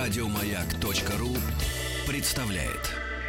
Радиомаяк.ру представляет.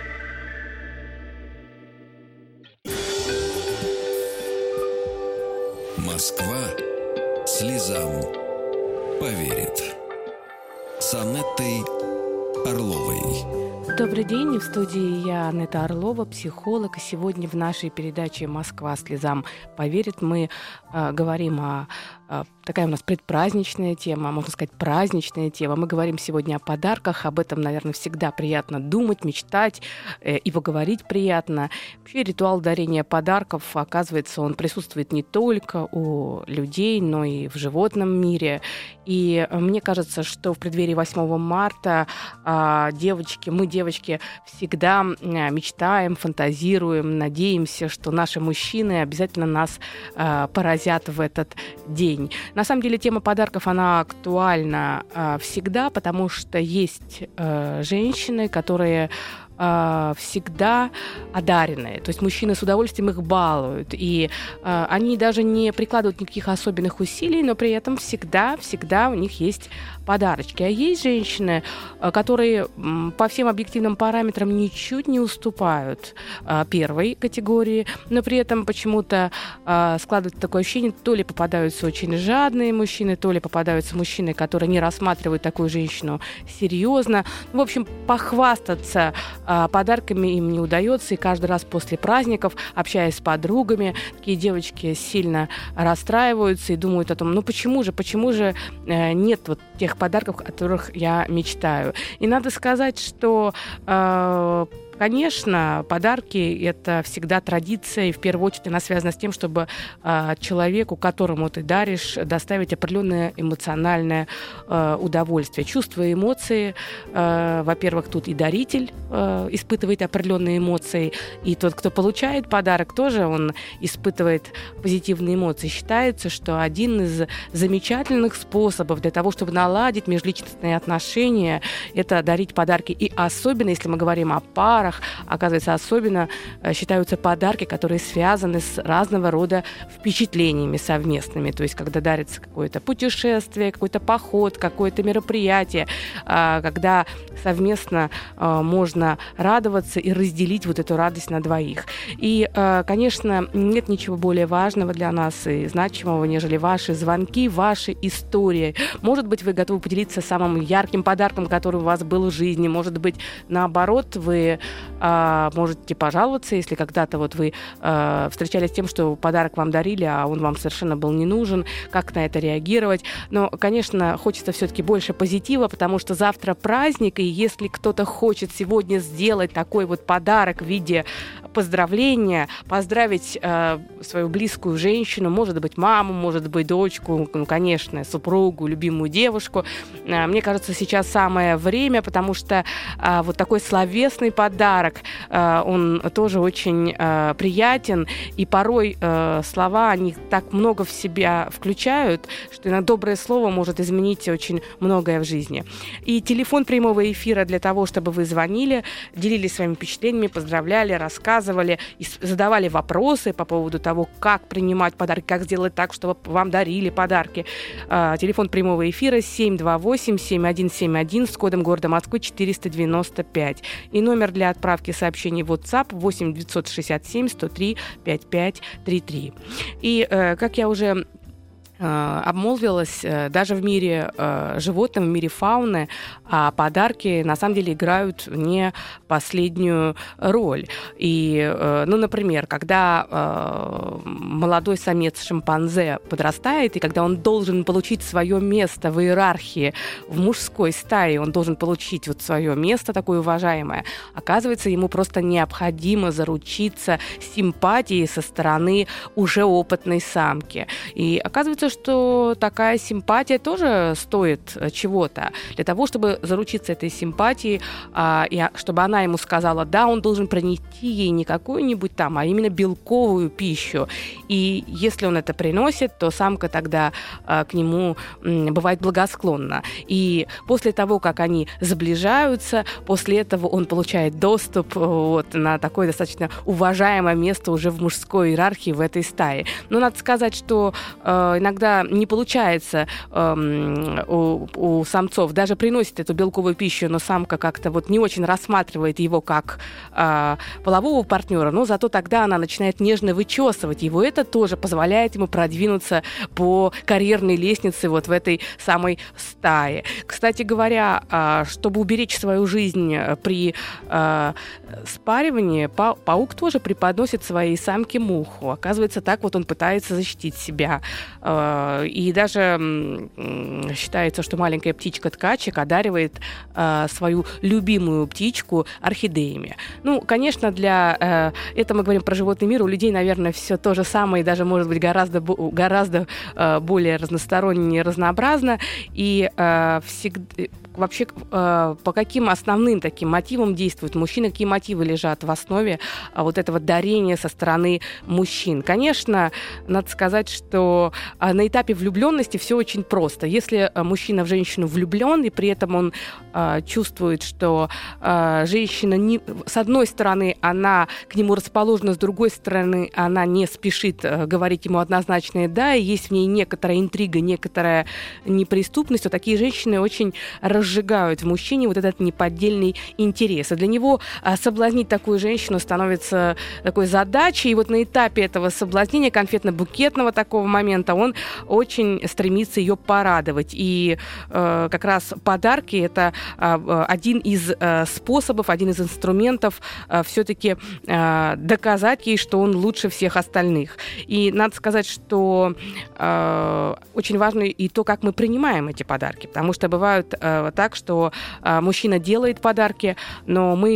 Москва слезам поверит. С Анеттой Орловой. Добрый день, в студии я, Анетта Орлова, психолог. И сегодня в нашей передаче «Москва слезам поверит» мы говорим о... Такая у нас предпраздничная тема, можно сказать, праздничная тема. Мы говорим сегодня о подарках. Об этом, наверное, всегда приятно думать, мечтать и поговорить приятно. Вообще ритуал дарения подарков, оказывается, он присутствует не только у людей, но и в животном мире. И мне кажется, что в преддверии 8 марта мы, девочки, всегда мечтаем, фантазируем, надеемся, что наши мужчины обязательно нас поразят в этот день. На самом деле тема подарков, она актуальна всегда, потому что есть женщины, которые всегда одаренные. То есть мужчины с удовольствием их балуют. И они даже не прикладывают никаких особенных усилий, но при этом всегда у них есть подарочки. А есть женщины, которые по всем объективным параметрам ничуть не уступают первой категории, но при этом почему-то складывается такое ощущение, то ли попадаются очень жадные мужчины, то ли попадаются мужчины, которые не рассматривают такую женщину серьезно. В общем, похвастаться подарками им не удается, и каждый раз после праздников, общаясь с подругами, такие девочки сильно расстраиваются и думают о том, почему же нет вот тех подарков, о которых я мечтаю. И надо сказать, что конечно, подарки – это всегда традиция, и в первую очередь она связана с тем, чтобы человеку, которому ты даришь, доставить определенное эмоциональное удовольствие. Чувства и эмоции, во-первых, тут и даритель испытывает определенные эмоции, и тот, кто получает подарок, тоже он испытывает позитивные эмоции. Считается, что один из замечательных способов для того, чтобы наладить межличностные отношения, это дарить подарки. И особенно, если мы говорим о парах, оказывается, особенно считаются подарки, которые связаны с разного рода впечатлениями совместными. То есть, когда дарится какое-то путешествие, какой-то поход, какое-то мероприятие, когда совместно можно радоваться и разделить вот эту радость на двоих. И, конечно, нет ничего более важного для нас и значимого, нежели ваши звонки, ваши истории. Может быть, вы готовы поделиться самым ярким подарком, который у вас был в жизни. Может быть, наоборот, вы можете пожаловаться, если когда-то вот вы встречались с тем, что подарок вам дарили, а он вам совершенно был не нужен, как на это реагировать. Но, конечно, хочется все-таки больше позитива, потому что завтра праздник, и если кто-то хочет сегодня сделать такой вот подарок в виде поздравления, поздравить свою близкую женщину, может быть, маму, может быть, дочку, конечно, супругу, любимую девушку, мне кажется, сейчас самое время, потому что вот такой словесный подарок, он тоже очень приятен, и порой слова, они так много в себя включают, что иногда доброе слово может изменить очень многое в жизни. И телефон прямого эфира для того, чтобы вы звонили, делились своими впечатлениями, поздравляли, рассказывали и задавали вопросы по поводу того, как принимать подарки, как сделать так, чтобы вам дарили подарки. Телефон прямого эфира 728-7171 с кодом города Москвы 495. И номер для отправки сообщений в WhatsApp 8 967 103 5533. И, как я уже обмолвилась, даже в мире животных, в мире фауны подарки на самом деле играют не последнюю роль. И, например, когда молодой самец шимпанзе подрастает, и когда он должен получить свое место в иерархии в мужской стае, он должен получить вот свое место такое уважаемое, оказывается, ему просто необходимо заручиться симпатией со стороны уже опытной самки. И оказывается, что такая симпатия тоже стоит чего-то. Для того, чтобы заручиться этой симпатией, и чтобы она ему сказала, да, он должен принести ей не какую-нибудь там, а именно белковую пищу. И если он это приносит, то самка тогда к нему бывает благосклонна. И после того, как они сближаются, после этого он получает доступ на такое достаточно уважаемое место уже в мужской иерархии в этой стае. Но надо сказать, что иногда когда не получается у самцов, даже приносит эту белковую пищу, но самка как-то вот не очень рассматривает его как полового партнера, но зато тогда она начинает нежно вычесывать его. Это тоже позволяет ему продвинуться по карьерной лестнице вот в этой самой стае. Кстати говоря, чтобы уберечь свою жизнь при спаривании, паук тоже преподносит своей самке муху. Оказывается, так вот он пытается защитить себя. И даже считается, что маленькая птичка-ткачик одаривает свою любимую птичку орхидеями. Ну, конечно, для этого мы говорим про животный мир. У людей, наверное, все то же самое, и даже, может быть, гораздо более разносторонне и разнообразно. И всегда... Вообще, по каким основным таким мотивам действуют мужчины, какие мотивы лежат в основе вот этого дарения со стороны мужчин? Конечно, надо сказать, что на этапе влюбленности все очень просто. Если мужчина в женщину влюблен, и при этом он чувствует, что женщина, с одной стороны, она к нему расположена, с другой стороны, она не спешит говорить ему однозначное «да», и есть в ней некоторая интрига, некоторая неприступность, то такие женщины очень разжигают в мужчине вот этот неподдельный интерес. И для него соблазнить такую женщину становится такой задачей. И вот на этапе этого соблазнения, конфетно-букетного такого момента, он очень стремится ее порадовать. И как раз подарки — это один из способов, один из инструментов все-таки доказать ей, что он лучше всех остальных. И надо сказать, что очень важно и то, как мы принимаем эти подарки. Потому что бывают так, что мужчина делает подарки, но мы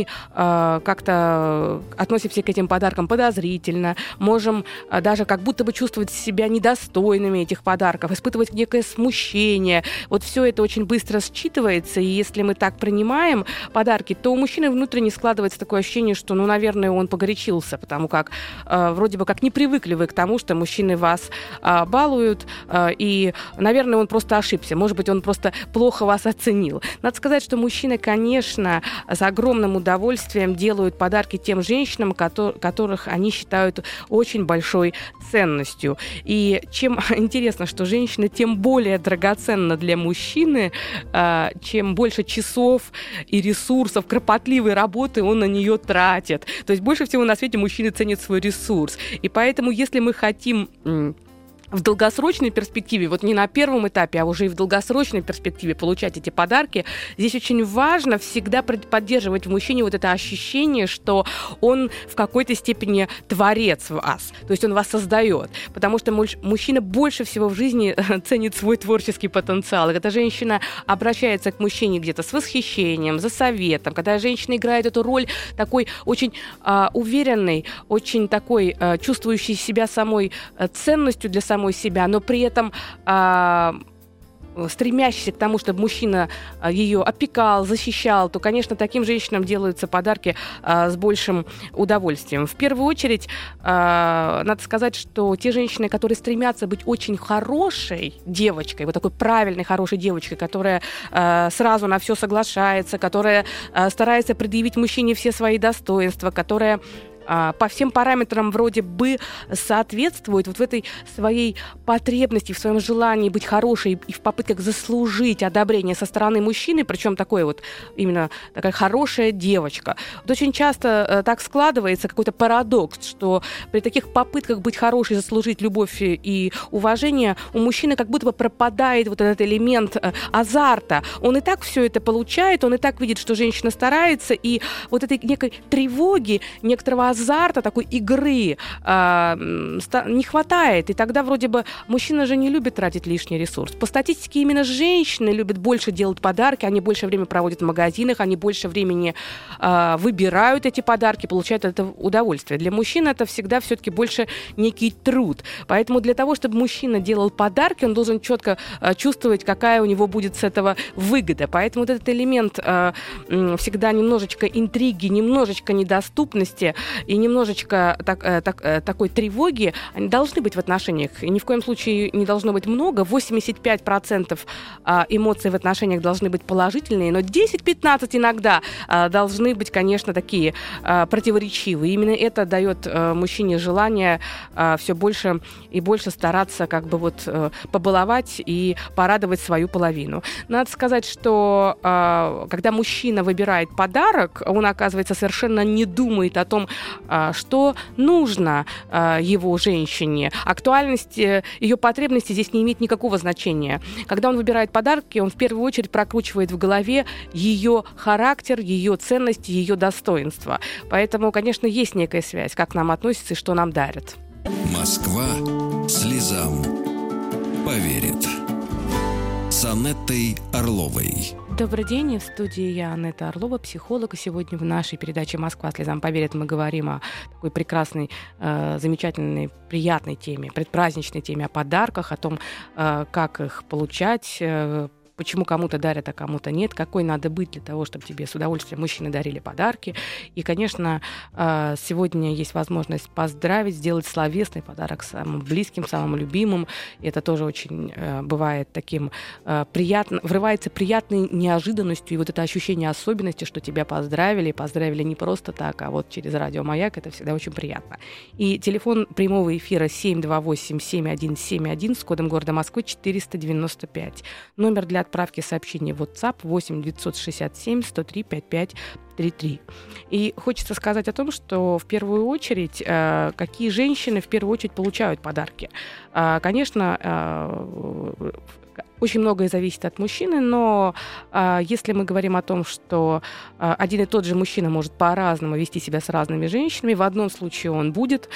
как-то относимся к этим подаркам подозрительно, можем даже как будто бы чувствовать себя недостойными этих подарков, испытывать некое смущение. Вот все это очень быстро считывается, и если мы так принимаем подарки, то у мужчины внутренне складывается такое ощущение, что, наверное, он погорячился, потому как вроде бы как не привыкли вы к тому, что мужчины вас балуют, и, наверное, он просто ошибся. Может быть, он просто плохо вас оценил. Надо сказать, что мужчины, конечно, с огромным удовольствием делают подарки тем женщинам, которых они считают очень большой ценностью. И чем интересно, что женщина тем более драгоценна для мужчины, чем больше часов и ресурсов, кропотливой работы он на нее тратит. То есть больше всего на свете мужчины ценят свой ресурс. И поэтому, если мы хотим в долгосрочной перспективе, вот не на первом этапе, а уже и в долгосрочной перспективе получать эти подарки, здесь очень важно всегда поддерживать в мужчине вот это ощущение, что он в какой-то степени творец вас, то есть он вас создает, потому что мужчина больше всего в жизни ценит свой творческий потенциал. И когда женщина обращается к мужчине где-то с восхищением, за советом, когда женщина играет эту роль такой очень уверенной, очень такой чувствующей себя самой ценностью для самой себя, но при этом стремящийся к тому, чтобы мужчина ее опекал, защищал, то, конечно, таким женщинам делаются подарки с большим удовольствием. В первую очередь, надо сказать, что те женщины, которые стремятся быть очень хорошей девочкой, вот такой правильной, хорошей девочкой, которая сразу на все соглашается, которая старается предъявить мужчине все свои достоинства, которая по всем параметрам вроде бы соответствует вот в этой своей потребности, в своем желании быть хорошей и в попытках заслужить одобрение со стороны мужчины, причем такой вот именно такая хорошая девочка. Вот очень часто так складывается какой-то парадокс, что при таких попытках быть хорошей, заслужить любовь и уважение, у мужчины как будто бы пропадает вот этот элемент азарта. Он и так все это получает, он и так видит, что женщина старается, и вот этой некой тревоги, некоторого азарта, такой игры не хватает. И тогда вроде бы мужчина же не любит тратить лишний ресурс. По статистике именно женщины любят больше делать подарки, они больше времени проводят в магазинах, они больше времени выбирают эти подарки, получают от этого удовольствие. Для мужчин это всегда все-таки больше некий труд. Поэтому для того, чтобы мужчина делал подарки, он должен четко чувствовать, какая у него будет с этого выгода. Поэтому вот этот элемент всегда немножечко интриги, немножечко недоступности и немножечко такой тревоги должны быть в отношениях. И ни в коем случае не должно быть много. 85% эмоций в отношениях должны быть положительные, но 10-15 иногда должны быть, конечно, такие противоречивые. Именно это дает мужчине желание все больше и больше стараться как бы вот побаловать и порадовать свою половину. Надо сказать, что когда мужчина выбирает подарок, он, оказывается, совершенно не думает о том, что нужно его женщине. Актуальность ее потребностей здесь не имеет никакого значения. Когда он выбирает подарки, он в первую очередь прокручивает в голове ее характер, ее ценности, ее достоинства. Поэтому, конечно, есть некая связь, как к нам относятся и что нам дарят. Москва слезам поверит. С Анеттой Орловой. Добрый день, в студии я, Анетта Орлова, психолог. И сегодня в нашей передаче «Москва слезам поверит» мы говорим о такой прекрасной, замечательной, приятной теме, предпраздничной теме, о подарках, о том, как их получать, почему кому-то дарят, а кому-то нет, какой надо быть для того, чтобы тебе с удовольствием мужчины дарили подарки. И, конечно, сегодня есть возможность поздравить, сделать словесный подарок самым близким, самым любимым. И это тоже очень бывает таким приятным, врывается приятной неожиданностью. И вот это ощущение особенности, что тебя поздравили не просто так, а вот через радио «Маяк», это всегда очень приятно. И телефон прямого эфира 728-7171 с кодом города Москвы 495. Номер для отправки сообщений в WhatsApp 8 967 103 55 33. И хочется сказать о том, что в первую очередь, какие женщины в первую очередь получают подарки. Конечно, очень многое зависит от мужчины, но если мы говорим о том, что один и тот же мужчина может по-разному вести себя с разными женщинами, в одном случае он будет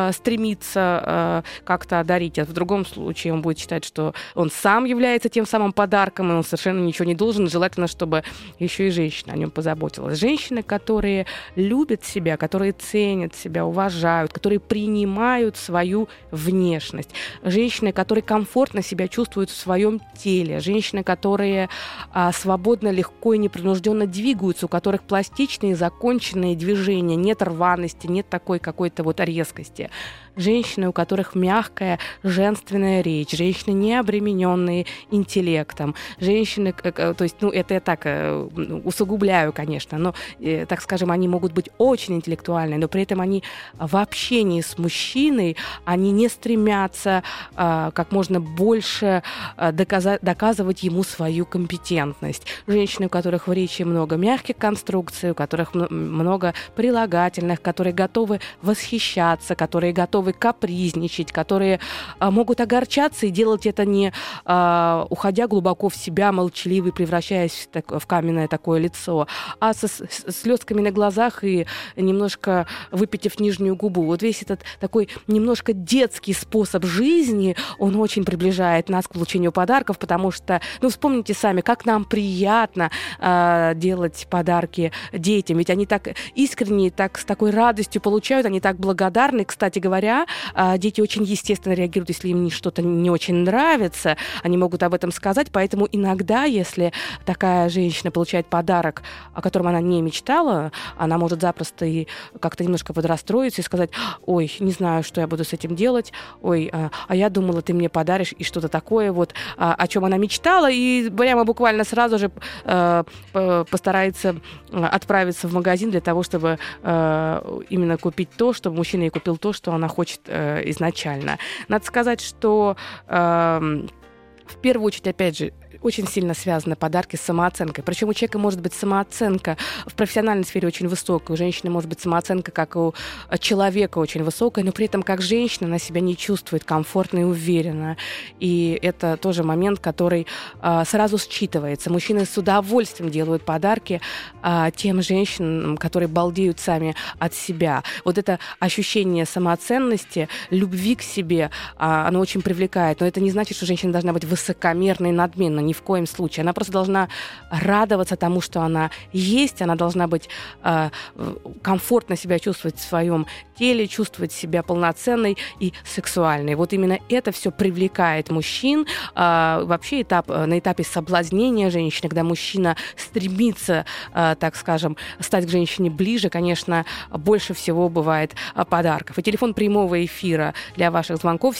стремиться как-то одарить, а в другом случае он будет считать, что он сам является тем самым подарком, и он совершенно ничего не должен. Желательно, чтобы еще и женщина о нем позаботилась. Женщины, которые любят себя, которые ценят себя, уважают, которые принимают свою внешность. Женщины, которые комфортно себя чувствуют в своем теле, женщины, которые свободно, легко и непринужденно двигаются, у которых пластичные, законченные движения, нет рваности, нет такой какой-то вот резкости. Женщины, у которых мягкая, женственная речь, женщины, не обремененные интеллектом, женщины, то есть, это я так усугубляю, конечно, но, так скажем, они могут быть очень интеллектуальны, но при этом они в общении с мужчиной, они не стремятся как можно больше доказывать ему свою компетентность. Женщины, у которых в речи много мягких конструкций, у которых много прилагательных, которые готовы восхищаться, которые готовы капризничать, которые могут огорчаться и делать это не уходя глубоко в себя, молчаливый, превращаясь в каменное такое лицо, а со слезками на глазах и немножко выпитив нижнюю губу. Вот весь этот такой немножко детский способ жизни, он очень приближает нас к получению подарков, потому что, вспомните сами, как нам приятно делать подарки детям, ведь они так искренне, так с такой радостью получают, они так благодарны. Кстати говоря, дети очень естественно реагируют, если им что-то не очень нравится, они могут об этом сказать, поэтому иногда, если такая женщина получает подарок, о котором она не мечтала, она может запросто и как-то немножко подрастроиться и сказать: ой, не знаю, что я буду с этим делать, ой, а я думала, ты мне подаришь, и что-то такое, вот, о чем она мечтала, и прямо буквально сразу же постарается отправиться в магазин для того, чтобы именно купить то, чтобы мужчина ей купил то, что она хочет изначально. Надо сказать, что в первую очередь, опять же, очень сильно связаны подарки с самооценкой. Причем у человека может быть самооценка в профессиональной сфере очень высокая, у женщины может быть самооценка как у человека очень высокая, но при этом как женщина она себя не чувствует комфортно и уверенно. И это тоже момент, который сразу считывается. Мужчины с удовольствием делают подарки тем женщинам, которые балдеют сами от себя. Вот это ощущение самооценности, любви к себе, оно очень привлекает. Но это не значит, что женщина должна быть высокомерной и надменной. ни в коем случае. Она просто должна радоваться тому, что она есть, она должна быть комфортно себя чувствовать в своем теле, чувствовать себя полноценной и сексуальной. Вот именно это все привлекает мужчин. Вообще на этапе соблазнения женщины, когда мужчина стремится, так скажем, стать к женщине ближе, конечно, больше всего бывает подарков. И телефон прямого эфира для ваших звонков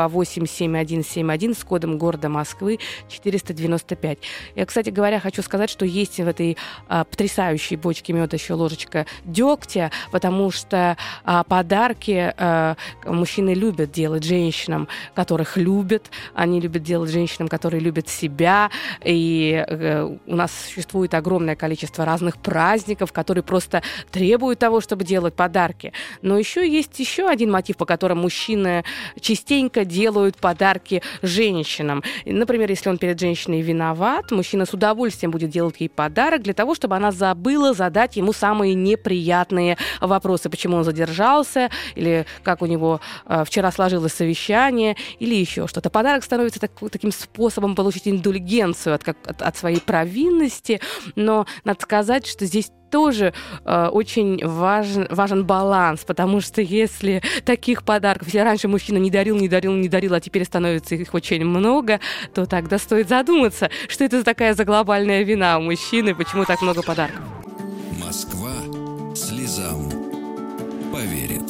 728-7171 с кодом города Москвы 495. Я, кстати говоря, хочу сказать, что есть в этой потрясающей бочке меда еще ложечка дегтя, потому что подарки мужчины любят делать женщинам, которых любят. Они любят делать женщинам, которые любят себя. И у нас существует огромное количество разных праздников, которые просто требуют того, чтобы делать подарки. Но еще есть еще один мотив, по которому мужчины частенько делают подарки женщинам. Например, если он перед женщиной виноват, мужчина с удовольствием будет делать ей подарок для того, чтобы она забыла задать ему самые неприятные вопросы. Почему он задержался, или как у него вчера сложилось совещание, или еще что-то. Подарок становится таким способом получить индульгенцию от своей провинности, но надо сказать, что здесь тоже очень важен баланс, потому что если таких подарков, если раньше мужчина не дарил, а теперь становится их очень много, то тогда стоит задуматься, что это такая за глобальная вина у мужчины, почему так много подарков. Москва слезам поверит.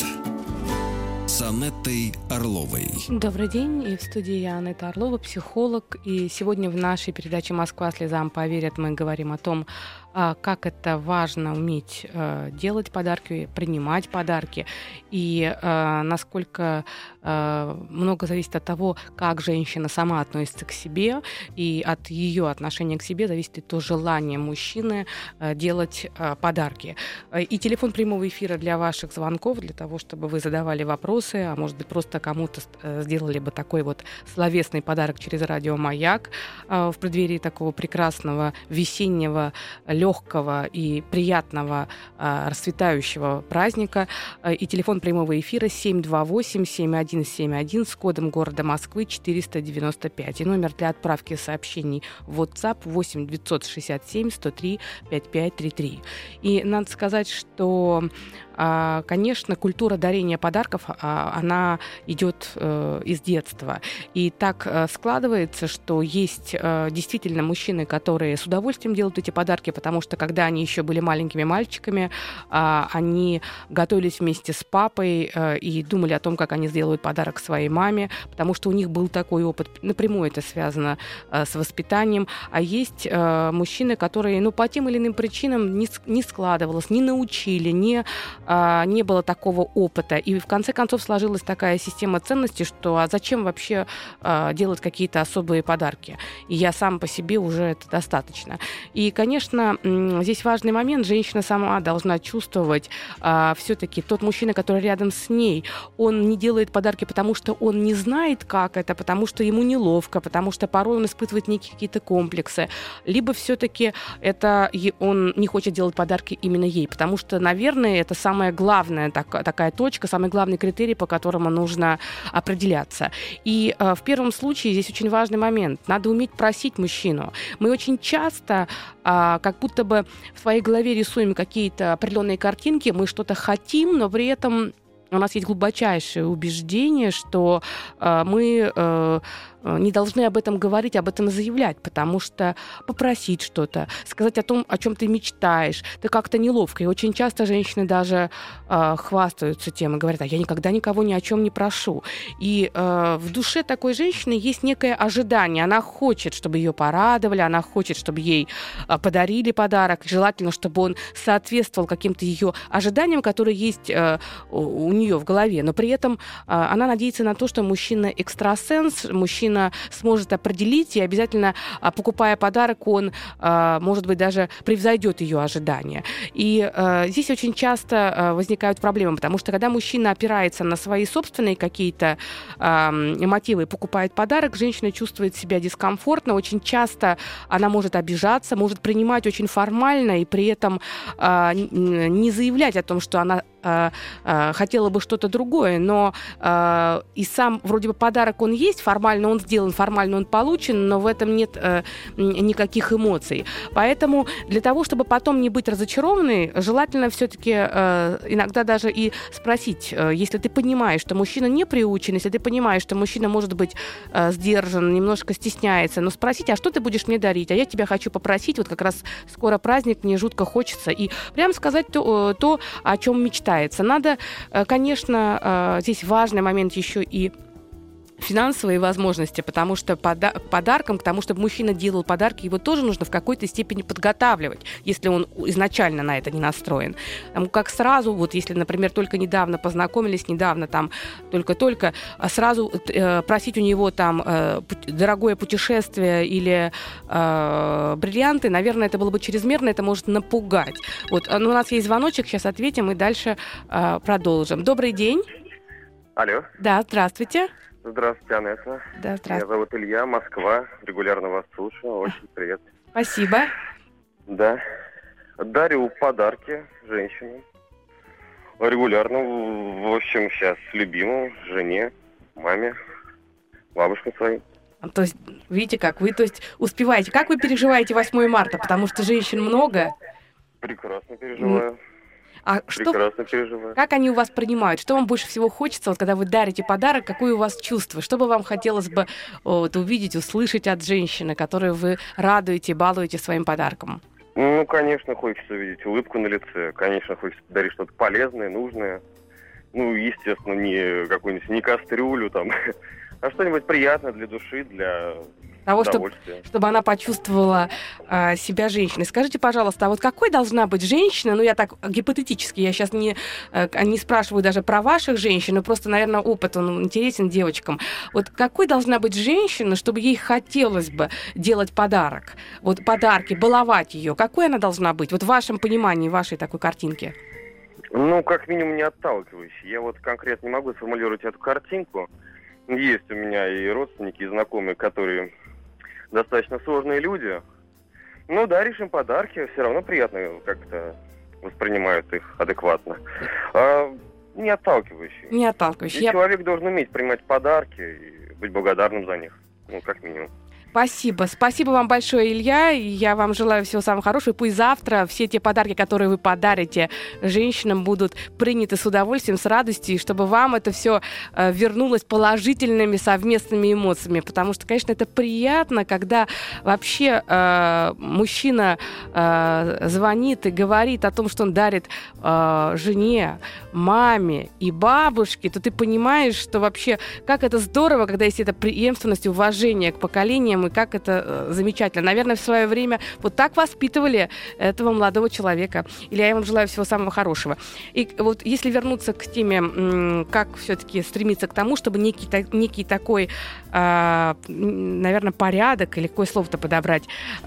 С Анеттой Орловой. Добрый день, и в студии я, Анетта Орлова, психолог. И сегодня в нашей передаче «Москва слезам поверит» мы говорим о том, как это важно уметь делать подарки, принимать подарки, и насколько много зависит от того, как женщина сама относится к себе, и от ее отношения к себе зависит и то желание мужчины делать подарки. И телефон прямого эфира для ваших звонков, для того, чтобы вы задавали вопросы, а может быть просто кому-то сделали бы такой вот словесный подарок через радио «Маяк» в преддверии такого прекрасного весеннего, легкого и приятного расцветающего праздника. И телефон прямого эфира 728-7171 с кодом города Москвы 495. И номер для отправки сообщений в WhatsApp 8-967-103-5533. И надо сказать, что конечно, культура дарения подарков, она идет из детства. И так складывается, что есть действительно мужчины, которые с удовольствием делают эти подарки, потому что когда они еще были маленькими мальчиками, они готовились вместе с папой и думали о том, как они сделают подарок своей маме, потому что у них был такой опыт. Напрямую это связано с воспитанием. А есть мужчины, которые по тем или иным причинам не складывалось, не научили, не было такого опыта. И в конце концов сложилась такая система ценностей, что зачем вообще делать какие-то особые подарки? И я сам по себе уже это достаточно. И, конечно, здесь важный момент. Женщина сама должна чувствовать все-таки тот мужчина, который рядом с ней, он не делает подарки, потому что он не знает, как это, потому что ему неловко, потому что порой он испытывает некие какие-то комплексы. Либо все-таки он не хочет делать подарки именно ей, потому что, наверное, это самая главная такая точка, самый главный критерий, по которому нужно определяться. И в первом случае здесь очень важный момент. Надо уметь просить мужчину. Мы очень часто как будто бы в своей голове рисуем какие-то определенные картинки, мы что-то хотим, но при этом у нас есть глубочайшее убеждение, что мы не должны об этом говорить, об этом заявлять, потому что попросить что-то, сказать о том, о чем ты мечтаешь, ты как-то неловко. И очень часто женщины даже хвастаются тем и говорят: я никогда никого ни о чем не прошу. И в душе такой женщины есть некое ожидание. Она хочет, чтобы ее порадовали, она хочет, чтобы ей подарили подарок. Желательно, чтобы он соответствовал каким-то ее ожиданиям, которые есть у нее в голове. Но при этом она надеется на то, что мужчина экстрасенс, мужчина сможет определить, и обязательно, покупая подарок, он, может быть, даже превзойдет ее ожидания. И здесь очень часто возникают проблемы, потому что когда мужчина опирается на свои собственные какие-то мотивы и покупает подарок, женщина чувствует себя дискомфортно. Очень часто она может обижаться, может принимать очень формально и при этом не заявлять о том, что она хотела бы что-то другое, но и сам вроде бы подарок он есть, формально он сделан, формально он получен, но в этом нет никаких эмоций. Поэтому для того, чтобы потом не быть разочарованной, желательно все-таки иногда даже и спросить, если ты понимаешь, что мужчина не приучен, если ты понимаешь, что мужчина может быть сдержан, немножко стесняется, но спросить, а что ты будешь мне дарить? А я тебя хочу попросить, вот как раз скоро праздник, мне жутко хочется. И прям сказать то, о чем мечтается. Надо, конечно, здесь важный момент еще и финансовые возможности, потому что подаркам, к тому, чтобы мужчина делал подарки, его тоже нужно в какой-то степени подготавливать, если он изначально на это не настроен. Как сразу, вот если, например, только недавно познакомились, там только-только, сразу просить у него там дорогое путешествие или бриллианты, наверное, это было бы чрезмерно, это может напугать. Вот, у нас есть звоночек, сейчас ответим и дальше продолжим. Добрый день. Алло. Да, здравствуйте. Здравствуйте, Анетта. Да, здравствуйте. Меня зовут Илья, Москва. Регулярно вас слушаю. Очень приятно. Спасибо. Да. Дарю подарки женщинам. Регулярно. В общем, сейчас любимому, жене, маме, бабушке своей. То есть, видите, как вы, то есть, успеваете. Как вы переживаете 8 марта? Потому что женщин много. Прекрасно переживаю. Прекрасно переживаю. Как они у вас принимают? Что вам больше всего хочется, вот, когда вы дарите подарок, какое у вас чувство? Что бы вам хотелось бы увидеть, услышать от женщины, которую вы радуете, балуете своим подарком? Ну, конечно, хочется видеть улыбку на лице. Конечно, хочется дарить что-то полезное, нужное. Ну, естественно, не какую-нибудь, не кастрюлю там, а что-нибудь приятное для души, для того, чтобы она почувствовала себя женщиной. Скажите, пожалуйста, а вот какой должна быть женщина, ну я так гипотетически, я сейчас не спрашиваю даже про ваших женщин, но просто, наверное, опыт, он интересен девочкам. Вот какой должна быть женщина, чтобы ей хотелось бы делать подарок? Вот подарки, баловать ее. Какой она должна быть? Вот в вашем понимании, в вашей такой картинке. Ну, как минимум, не отталкивающий. Я вот конкретно не могу сформулировать эту картинку. Есть у меня и родственники, и знакомые, которые достаточно сложные люди. Но даришь им подарки, все равно приятно как-то воспринимают их адекватно. Не отталкивающий. Не отталкивающий. Человек должен уметь принимать подарки и быть благодарным за них. Ну, как минимум. Спасибо. Спасибо вам большое, Илья. Я вам желаю всего самого хорошего. Пусть завтра все те подарки, которые вы подарите женщинам, будут приняты с удовольствием, с радостью, и чтобы вам это все вернулось положительными совместными эмоциями. Потому что, конечно, это приятно, когда вообще мужчина звонит и говорит о том, что он дарит жене, маме и бабушке, то ты понимаешь, что вообще как это здорово, когда есть эта преемственность и уважение к поколениям, и как это замечательно. Наверное, в свое время вот так воспитывали этого молодого человека. Илья, я вам желаю всего самого хорошего. И вот если вернуться к теме, как все-таки стремиться к тому, чтобы некий такой, наверное, порядок, или какое слово-то подобрать,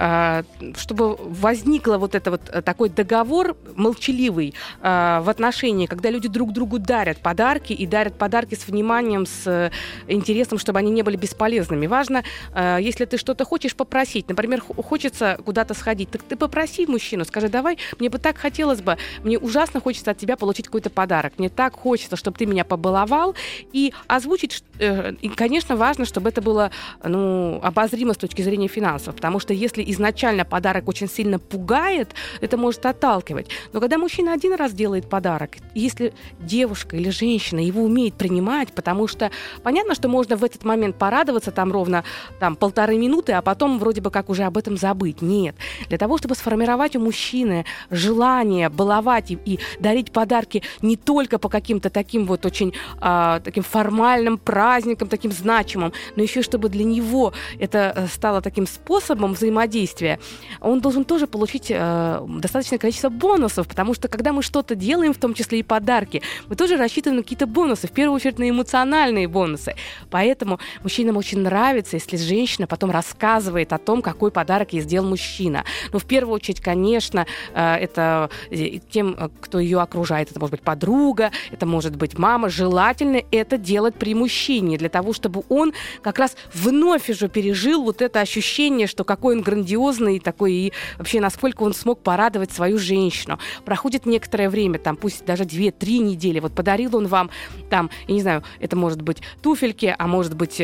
чтобы возникло вот это вот такой договор молчаливый в отношении, когда люди друг другу дарят подарки, и дарят подарки с вниманием, с интересом, чтобы они не были бесполезными. Важно, если ты что-то хочешь попросить, например, хочется куда-то сходить, так ты попроси мужчину, скажи, давай, мне бы так хотелось бы, мне ужасно хочется от тебя получить какой-то подарок, мне так хочется, чтобы ты меня побаловал, и озвучить, и, конечно, важно, чтобы это было, обозримо с точки зрения финансов, потому что если изначально подарок очень сильно пугает, это может отталкивать. Но когда мужчина один раз делает подарок, если девушка или женщина его умеет принимать, потому что понятно, что можно в этот момент порадоваться ровно 1,5 минуты, а потом вроде бы как уже об этом забыть. Нет. Для того, чтобы сформировать у мужчины желание баловать и дарить подарки не только по каким-то таким вот очень таким формальным праздникам, таким значимым, но еще чтобы для него это стало таким способом взаимодействия, он должен тоже получить достаточное количество бонусов, потому что когда мы что-то делаем, в том числе и подарки, мы тоже рассчитываем на какие-то бонусы, в первую очередь на эмоциональные бонусы. Поэтому мужчинам очень нравится, если женщина потом рассказывает о том, какой подарок ей сделал мужчина. Но в первую очередь, конечно, это тем, кто ее окружает. Это может быть подруга, это может быть мама. Желательно это делать при мужчине, для того, чтобы он как раз вновь уже пережил вот это ощущение, что какой он грандиозный такой, и вообще насколько он смог порадовать свою женщину. Проходит некоторое время, там, пусть даже 2-3 недели, вот подарил он вам, там, я не знаю, это может быть туфельки, а может быть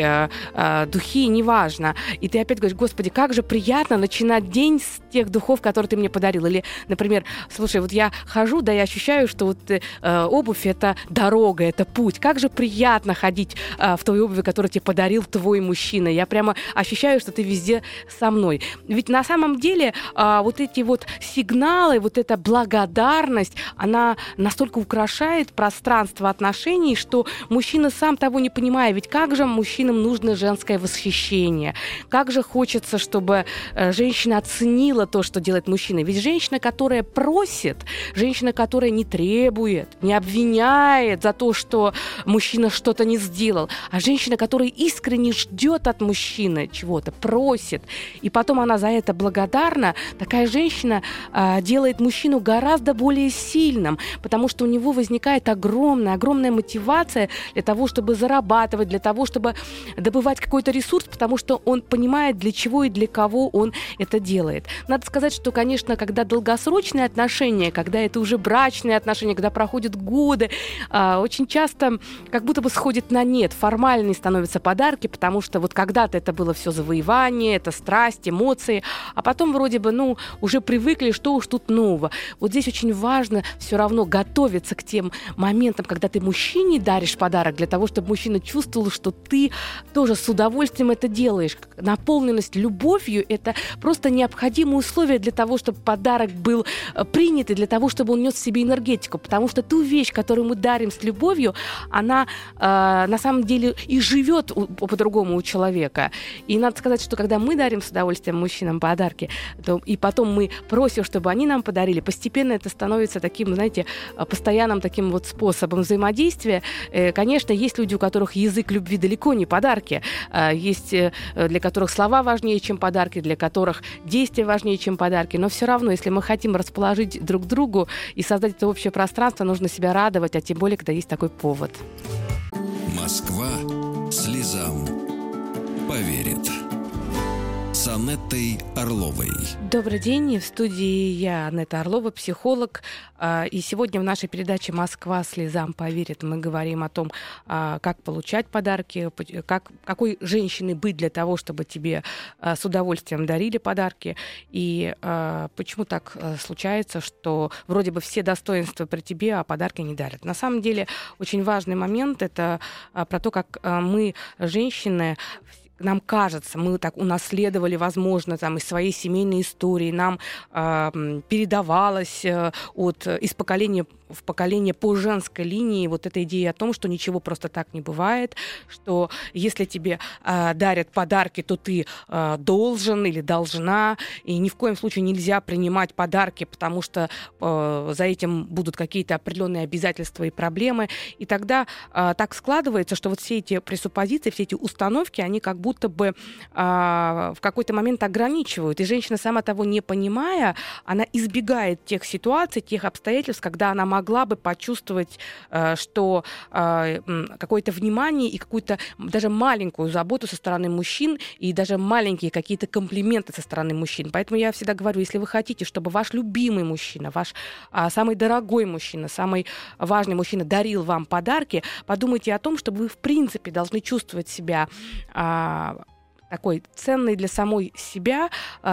духи, неважно. И ты опять говоришь: Господи, как же приятно начинать день с тех духов, которые ты мне подарил. Или, например, слушай, вот я хожу, да, я ощущаю, что вот обувь — это дорога, это путь. Как же приятно ходить в той обуви, которую тебе подарил твой мужчина. Я прямо ощущаю, что ты везде со мной. Ведь на самом деле вот эти вот сигналы, вот эта благодарность, она настолько украшает пространство отношений, что мужчина, сам того не понимая, ведь как же мужчинам нужно женское восхищение, как же хочется, чтобы женщина оценила то, что делает мужчина. Ведь женщина, которая просит, женщина, которая не требует, не обвиняет за то, что мужчина что-то не сделал, а женщина, которая искренне ждет от мужчины чего-то, просит, и потом она за это благодарна, такая женщина делает мужчину гораздо более сильным, потому что у него возникает огромная мотивация для того, чтобы зарабатывать, для того, чтобы добывать какой-то ресурс, потому что он понимает, для чего и для кого он это делает. Надо сказать, что, конечно, когда долгосрочные отношения, когда это уже брачные отношения, когда проходят годы, очень часто как будто бы сходит на нет. Формальные становятся подарки, потому что вот когда-то это было все завоевание, это страсть, эмоции, а потом вроде бы, уже привыкли, что уж тут нового. Вот здесь очень важно все равно готовиться к тем моментам, когда ты мужчине даришь подарок, для того, чтобы мужчина чувствовал, что ты тоже с удовольствием это делаешь. Наполненность любовью — это просто необходимое условие для того, чтобы подарок был принят, и для того, чтобы он нес в себе энергетику. Потому что ту вещь, которую мы дарим с любовью, она на самом деле и живет по-другому у человека. И надо сказать, что когда мы дарим с удовольствием мужчинам подарки, и потом мы просим, чтобы они нам подарили, постепенно это становится таким, знаете, постоянным таким вот способом взаимодействия. Конечно, есть люди, у которых язык любви далеко не подарки. Есть для которых слова важнее, чем подарки, для которых действия важнее, чем подарки. Но все равно, если мы хотим расположить друг к другу и создать это общее пространство, нужно себя радовать, а тем более, когда есть такой повод. Москва слезам поверит. С Анеттой Орловой. Добрый день. В студии я, Анетта Орлова, психолог. И сегодня в нашей передаче «Москва слезам поверит» мы говорим о том, как получать подарки, какой женщиной быть для того, чтобы тебе с удовольствием дарили подарки. И почему так случается, что вроде бы все достоинства при тебе, а подарки не дарят. На самом деле очень важный момент — это про то, как мы, женщины, нам кажется, мы так унаследовали, возможно, там, из своей семейной истории, нам передавалось из поколения в поколение по женской линии вот эта идея о том, что ничего просто так не бывает, что если тебе дарят подарки, то ты должен или должна, и ни в коем случае нельзя принимать подарки, потому что за этим будут какие-то определенные обязательства и проблемы. И тогда так складывается, что вот все эти пресуппозиции, все эти установки, они как будто бы в какой-то момент ограничивают. И женщина, сама того не понимая, она избегает тех ситуаций, тех обстоятельств, когда она могла бы почувствовать, что какое-то внимание и какую-то даже маленькую заботу со стороны мужчин и даже маленькие какие-то комплименты со стороны мужчин. Поэтому я всегда говорю, если вы хотите, чтобы ваш любимый мужчина, ваш самый дорогой мужчина, самый важный мужчина дарил вам подарки, подумайте о том, чтобы вы в принципе должны чувствовать себя такой ценной для самой себя,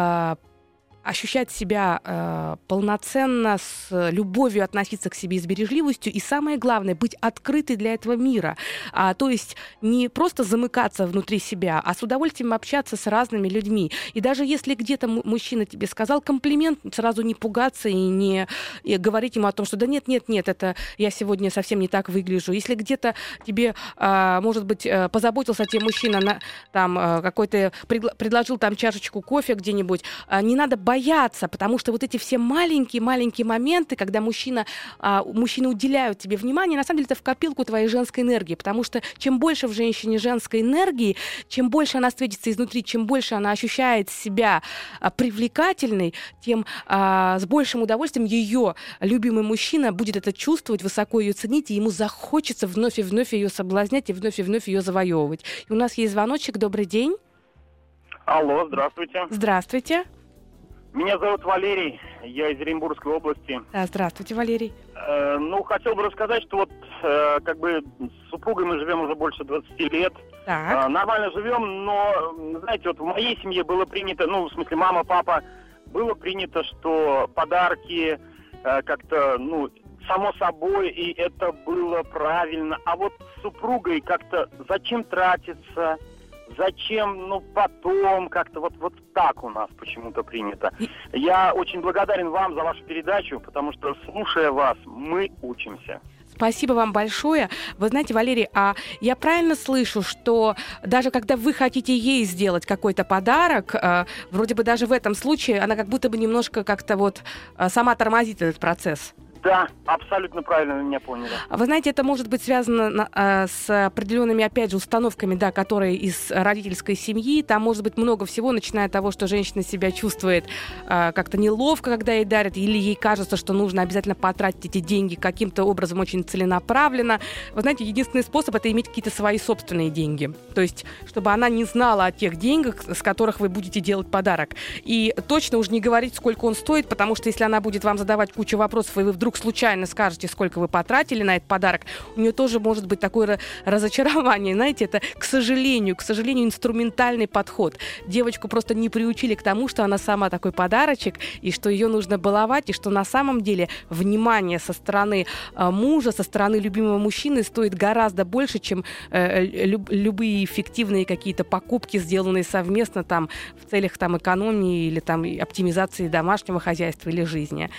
ощущать себя полноценно, с любовью относиться к себе и с бережливостью, и самое главное, быть открытой для этого мира. То есть не просто замыкаться внутри себя, а с удовольствием общаться с разными людьми. И даже если где-то мужчина тебе сказал комплимент, сразу не пугаться и не говорить ему о том, что да нет, это я сегодня совсем не так выгляжу. Если где-то тебе, может быть, позаботился о тебе мужчина, там какой-то предложил там чашечку кофе где-нибудь, не надо бояться, потому что вот эти все маленькие моменты, когда мужчины уделяют тебе внимание, на самом деле это в копилку твоей женской энергии, потому что чем больше в женщине женской энергии, чем больше она светится изнутри, чем больше она ощущает себя привлекательной, тем с большим удовольствием ее любимый мужчина будет это чувствовать, высоко ее ценить, и ему захочется вновь и вновь ее соблазнять и вновь ее завоевывать. И у нас есть звоночек. Добрый день. Алло, здравствуйте. Здравствуйте. Меня зовут Валерий, я из Оренбургской области. Да, здравствуйте, Валерий. Хотел бы рассказать, что с супругой мы живем уже больше 20 лет. Так. Нормально живем, но, знаете, вот в моей семье было принято, мама, папа, было принято, что подарки как-то, само собой, и это было правильно. А вот с супругой как-то зачем тратиться? Зачем, потом как-то вот так у нас почему-то принято. Я очень благодарен вам за вашу передачу, потому что, слушая вас, мы учимся. Спасибо вам большое. Вы знаете, Валерий, а я правильно слышу, что даже когда вы хотите ей сделать какой-то подарок, вроде бы даже в этом случае она как будто бы немножко как-то сама тормозит этот процесс? Да, абсолютно правильно вы меня поняли. Вы знаете, это может быть связано с определенными, опять же, установками, да, которые из родительской семьи. Там может быть много всего, начиная от того, что женщина себя чувствует как-то неловко, когда ей дарят, или ей кажется, что нужно обязательно потратить эти деньги каким-то образом очень целенаправленно. Вы знаете, единственный способ — это иметь какие-то свои собственные деньги. То есть, чтобы она не знала о тех деньгах, с которых вы будете делать подарок. И точно уж не говорить, сколько он стоит, потому что если она будет вам задавать кучу вопросов, и вы вдруг случайно скажете, сколько вы потратили на этот подарок, у нее тоже может быть такое разочарование. Знаете, это, к сожалению, инструментальный подход. Девочку просто не приучили к тому, что она сама такой подарочек, и что ее нужно баловать, и что на самом деле внимание со стороны мужа, со стороны любимого мужчины стоит гораздо больше, чем любые эффективные какие-то покупки, сделанные совместно в целях экономии или оптимизации домашнего хозяйства или жизни.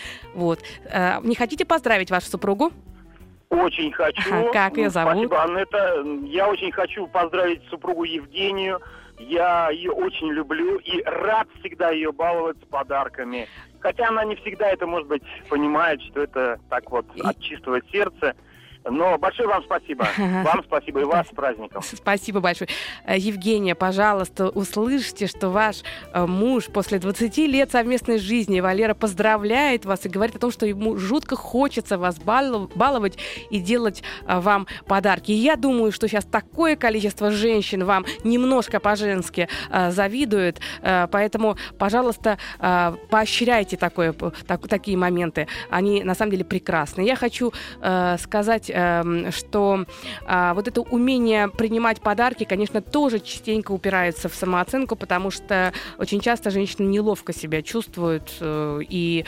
Не хотите поздравить вашу супругу? Очень хочу. Как ее зовут? Спасибо, Анетта. Я очень хочу поздравить супругу Евгению. Я ее очень люблю и рад всегда ее баловать с подарками. Хотя она не всегда это, может быть, понимает, что это так от чистого сердца. Но большое вам спасибо. Вам спасибо и вас с праздником. Спасибо большое. Евгения, пожалуйста, услышьте, что ваш муж после 20 лет совместной жизни, Валера, поздравляет вас и говорит о том, что ему жутко хочется вас баловать и делать вам подарки. И я думаю, что сейчас такое количество женщин вам немножко по-женски завидует, поэтому, пожалуйста, поощряйте такие моменты. Они, на самом деле, прекрасны. Я хочу сказать, что это умение принимать подарки, конечно, тоже частенько упирается в самооценку, потому что очень часто женщины неловко себя чувствуют и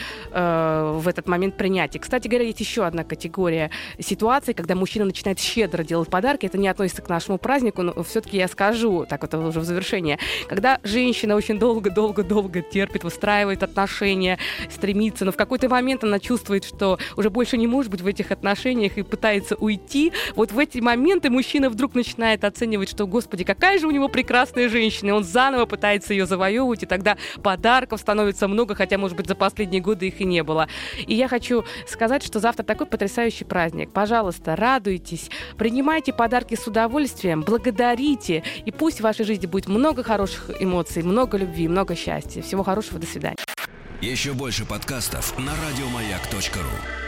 в этот момент принятия. Кстати говоря, есть еще одна категория ситуаций, когда мужчина начинает щедро делать подарки. Это не относится к нашему празднику, но все-таки я скажу, это уже в завершение. Когда женщина очень долго терпит, выстраивает отношения, стремится, но в какой-то момент она чувствует, что уже больше не может быть в этих отношениях и пытается уйти. В эти моменты мужчина вдруг начинает оценивать, что, господи, какая же у него прекрасная женщина, и он заново пытается ее завоевывать, и тогда подарков становится много, хотя, может быть, за последние годы их и не было. И я хочу сказать, что завтра такой потрясающий праздник. Пожалуйста, радуйтесь, принимайте подарки с удовольствием, благодарите, и пусть в вашей жизни будет много хороших эмоций, много любви, много счастья. Всего хорошего, до свидания. Еще больше подкастов на радиомаяк.ру.